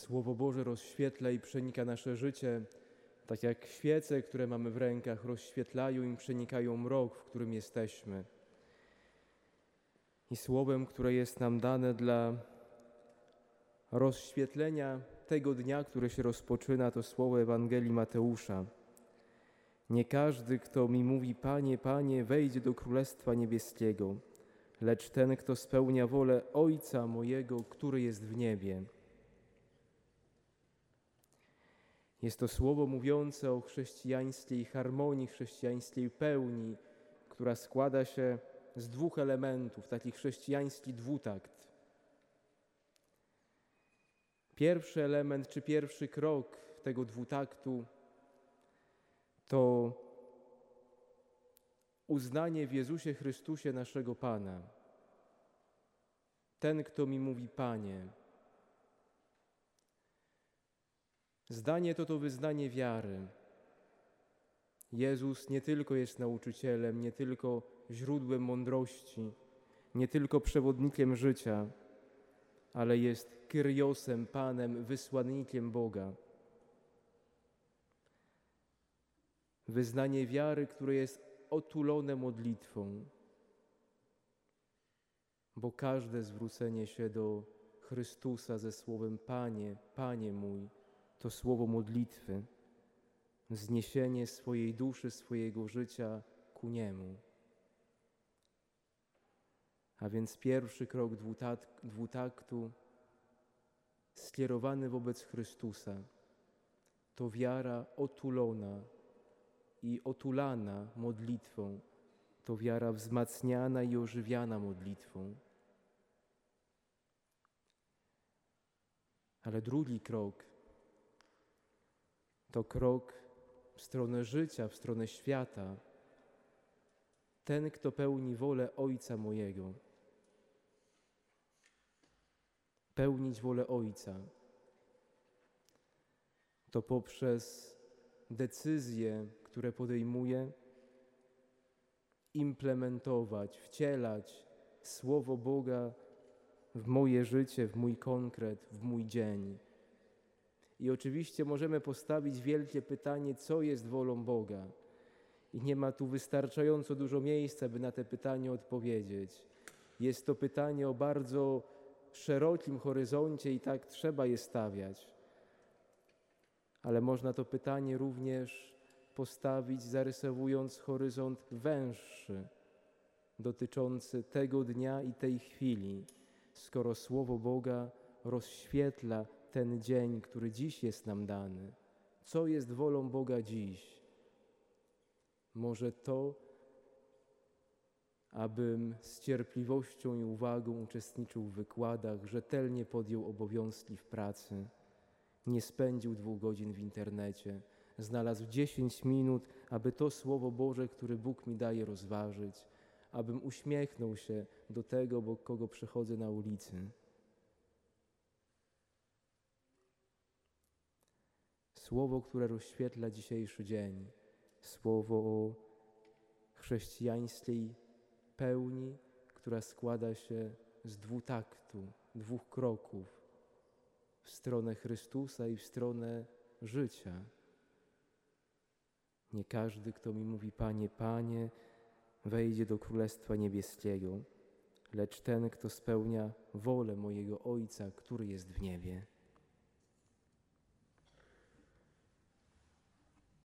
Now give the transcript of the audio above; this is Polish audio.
Słowo Boże rozświetla i przenika nasze życie, tak jak świece, które mamy w rękach, rozświetlają i przenikają mrok, w którym jesteśmy. I słowem, które jest nam dane dla rozświetlenia tego dnia, który się rozpoczyna, to słowo Ewangelii Mateusza. Nie każdy, kto mi mówi, Panie, Panie, wejdzie do Królestwa Niebieskiego, lecz ten, kto spełnia wolę Ojca mojego, który jest w niebie. Jest to słowo mówiące o chrześcijańskiej harmonii, chrześcijańskiej pełni, która składa się z dwóch elementów, taki chrześcijański dwutakt. Pierwszy element, czy pierwszy krok tego dwutaktu to uznanie w Jezusie Chrystusie naszego Pana. Ten, kto mi mówi Panie. Zdanie to wyznanie wiary. Jezus nie tylko jest nauczycielem, nie tylko źródłem mądrości, nie tylko przewodnikiem życia, ale jest Kyriosem, Panem, wysłannikiem Boga. Wyznanie wiary, które jest otulone modlitwą, bo każde zwrócenie się do Chrystusa ze słowem Panie, Panie mój, to słowo modlitwy, wzniesienie swojej duszy, swojego życia ku Niemu. A więc pierwszy krok dwutaktu skierowany wobec Chrystusa to wiara otulona i otulana modlitwą, to wiara wzmacniana i ożywiana modlitwą. Ale drugi krok to krok w stronę życia, w stronę świata. Ten, kto pełni wolę Ojca mojego. Pełnić wolę Ojca to poprzez decyzje, które podejmuję, implementować, wcielać Słowo Boga w moje życie, w mój konkret, w mój dzień. I oczywiście możemy postawić wielkie pytanie, co jest wolą Boga. I nie ma tu wystarczająco dużo miejsca, by na te pytanie odpowiedzieć. Jest to pytanie o bardzo szerokim horyzoncie i tak trzeba je stawiać. Ale można to pytanie również postawić, zarysowując horyzont węższy, dotyczący tego dnia i tej chwili, skoro Słowo Boga rozświetla ten dzień, który dziś jest nam dany. Co jest wolą Boga dziś? Może to, abym z cierpliwością i uwagą uczestniczył w wykładach, rzetelnie podjął obowiązki w pracy, nie spędził 2 godzin w internecie, znalazł 10 minut, aby to Słowo Boże, które Bóg mi daje, rozważyć, abym uśmiechnął się do tego, obok kogo przechodzę na ulicy. Słowo, które rozświetla dzisiejszy dzień, słowo o chrześcijańskiej pełni, która składa się z dwutaktu, 2 kroków w stronę Chrystusa i w stronę życia. Nie każdy, kto mi mówi Panie, Panie, wejdzie do Królestwa Niebieskiego, lecz ten, kto spełnia wolę mojego Ojca, który jest w niebie.